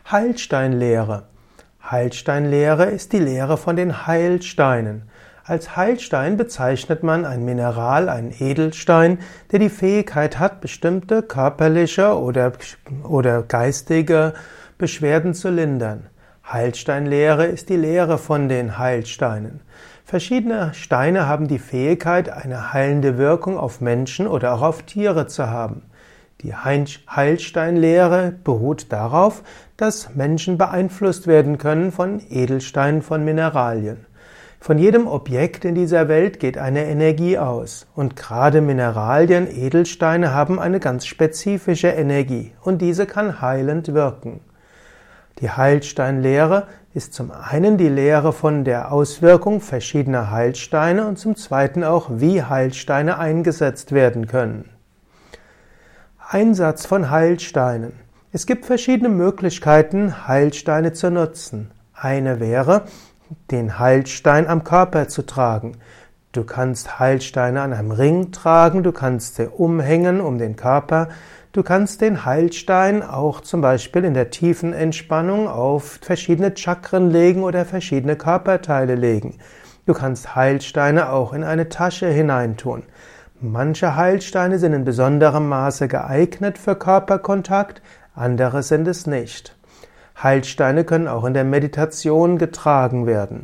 Heilsteinlehre. Heilsteinlehre ist die Lehre von den Heilsteinen. Als Heilstein bezeichnet man ein Mineral, einen Edelstein, der die Fähigkeit hat, bestimmte körperliche oder geistige Beschwerden zu lindern. Heilsteinlehre ist die Lehre von den Heilsteinen. Verschiedene Steine haben die Fähigkeit, eine heilende Wirkung auf Menschen oder auch auf Tiere zu haben. Die Heilsteinlehre beruht darauf, dass Menschen beeinflusst werden können von Edelsteinen, von Mineralien. Von jedem Objekt in dieser Welt geht eine Energie aus. Und gerade Mineralien, Edelsteine haben eine ganz spezifische Energie. Und diese kann heilend wirken. Die Heilsteinlehre ist zum einen die Lehre von der Auswirkung verschiedener Heilsteine und zum zweiten auch, wie Heilsteine eingesetzt werden können. Einsatz von Heilsteinen. Es gibt verschiedene Möglichkeiten, Heilsteine zu nutzen. Eine wäre, den Heilstein am Körper zu tragen. Du kannst Heilsteine an einem Ring tragen, du kannst sie umhängen um den Körper, du kannst den Heilstein auch zum Beispiel in der tiefen Entspannung auf verschiedene Chakren legen oder verschiedene Körperteile legen. Du kannst Heilsteine auch in eine Tasche hineintun. Manche Heilsteine sind in besonderem Maße geeignet für Körperkontakt, andere sind es nicht. Heilsteine können auch in der Meditation getragen werden.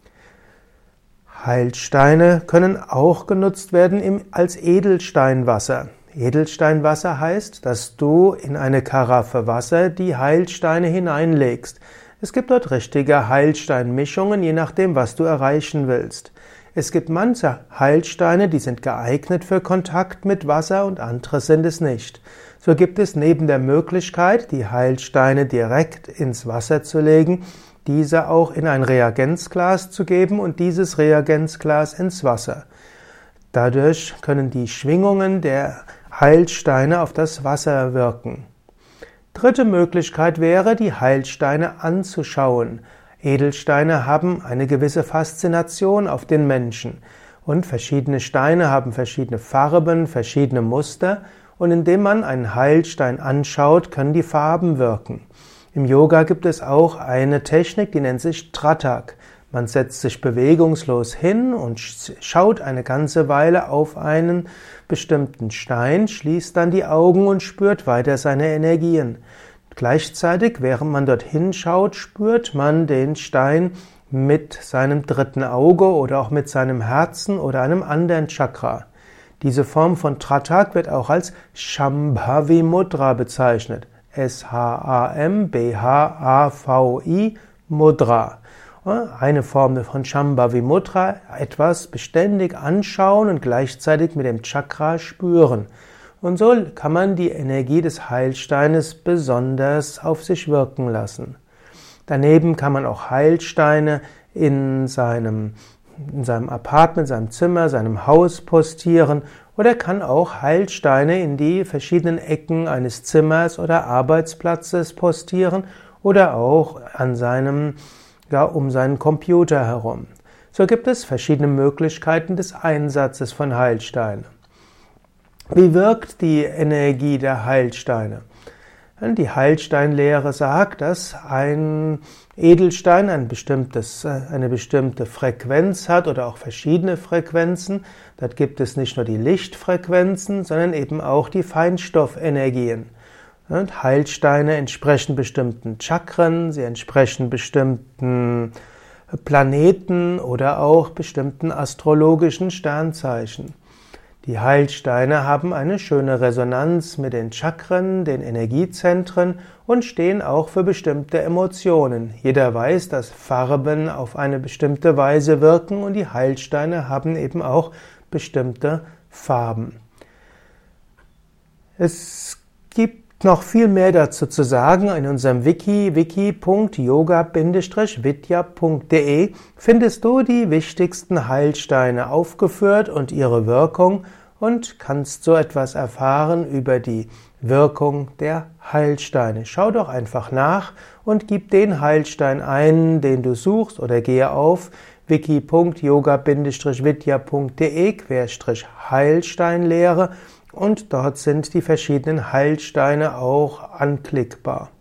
Heilsteine können auch genutzt werden als Edelsteinwasser. Edelsteinwasser heißt, dass du in eine Karaffe Wasser die Heilsteine hineinlegst. Es gibt dort richtige Heilsteinmischungen, je nachdem, was du erreichen willst. Es gibt manche Heilsteine, die sind geeignet für Kontakt mit Wasser und andere sind es nicht. So gibt es neben der Möglichkeit, die Heilsteine direkt ins Wasser zu legen, diese auch in ein Reagenzglas zu geben und dieses Reagenzglas ins Wasser. Dadurch können die Schwingungen der Heilsteine auf das Wasser wirken. Dritte Möglichkeit wäre, die Heilsteine anzuschauen. Edelsteine haben eine gewisse Faszination auf den Menschen und verschiedene Steine haben verschiedene Farben, verschiedene Muster und indem man einen Heilstein anschaut, können die Farben wirken. Im Yoga gibt es auch eine Technik, die nennt sich Tratak. Man setzt sich bewegungslos hin und schaut eine ganze Weile auf einen bestimmten Stein, schließt dann die Augen und spürt weiter seine Energien. Gleichzeitig, während man dorthin schaut, spürt man den Stein mit seinem dritten Auge oder auch mit seinem Herzen oder einem anderen Chakra. Diese Form von Tratak wird auch als Shambhavi Mudra bezeichnet. S-H-A-M-B-H-A-V-I Mudra. Eine Form von Shambhavi Mudra, etwas beständig anschauen und gleichzeitig mit dem Chakra spüren. Und so kann man die Energie des Heilsteines besonders auf sich wirken lassen. Daneben kann man auch Heilsteine in seinem Apartment, seinem Zimmer, seinem Haus postieren oder kann auch Heilsteine in die verschiedenen Ecken eines Zimmers oder Arbeitsplatzes postieren oder auch um seinen Computer herum. So gibt es verschiedene Möglichkeiten des Einsatzes von Heilsteinen. Wie wirkt die Energie der Heilsteine? Die Heilsteinlehre sagt, dass ein Edelstein eine bestimmte Frequenz hat oder auch verschiedene Frequenzen. Dort gibt es nicht nur die Lichtfrequenzen, sondern eben auch die Feinstoffenergien. Und Heilsteine entsprechen bestimmten Chakren, sie entsprechen bestimmten Planeten oder auch bestimmten astrologischen Sternzeichen. Die Heilsteine haben eine schöne Resonanz mit den Chakren, den Energiezentren und stehen auch für bestimmte Emotionen. Jeder weiß, dass Farben auf eine bestimmte Weise wirken und die Heilsteine haben eben auch bestimmte Farben. Es gibt noch viel mehr dazu zu sagen. In unserem wiki.yoga-vidya.de findest du die wichtigsten Heilsteine aufgeführt und ihre Wirkung und kannst so etwas erfahren über die Wirkung der Heilsteine. Schau doch einfach nach und gib den Heilstein ein, den du suchst, oder gehe auf wiki.yoga-vidya.de/Heilsteinlehre und dort sind die verschiedenen Heilsteine auch anklickbar.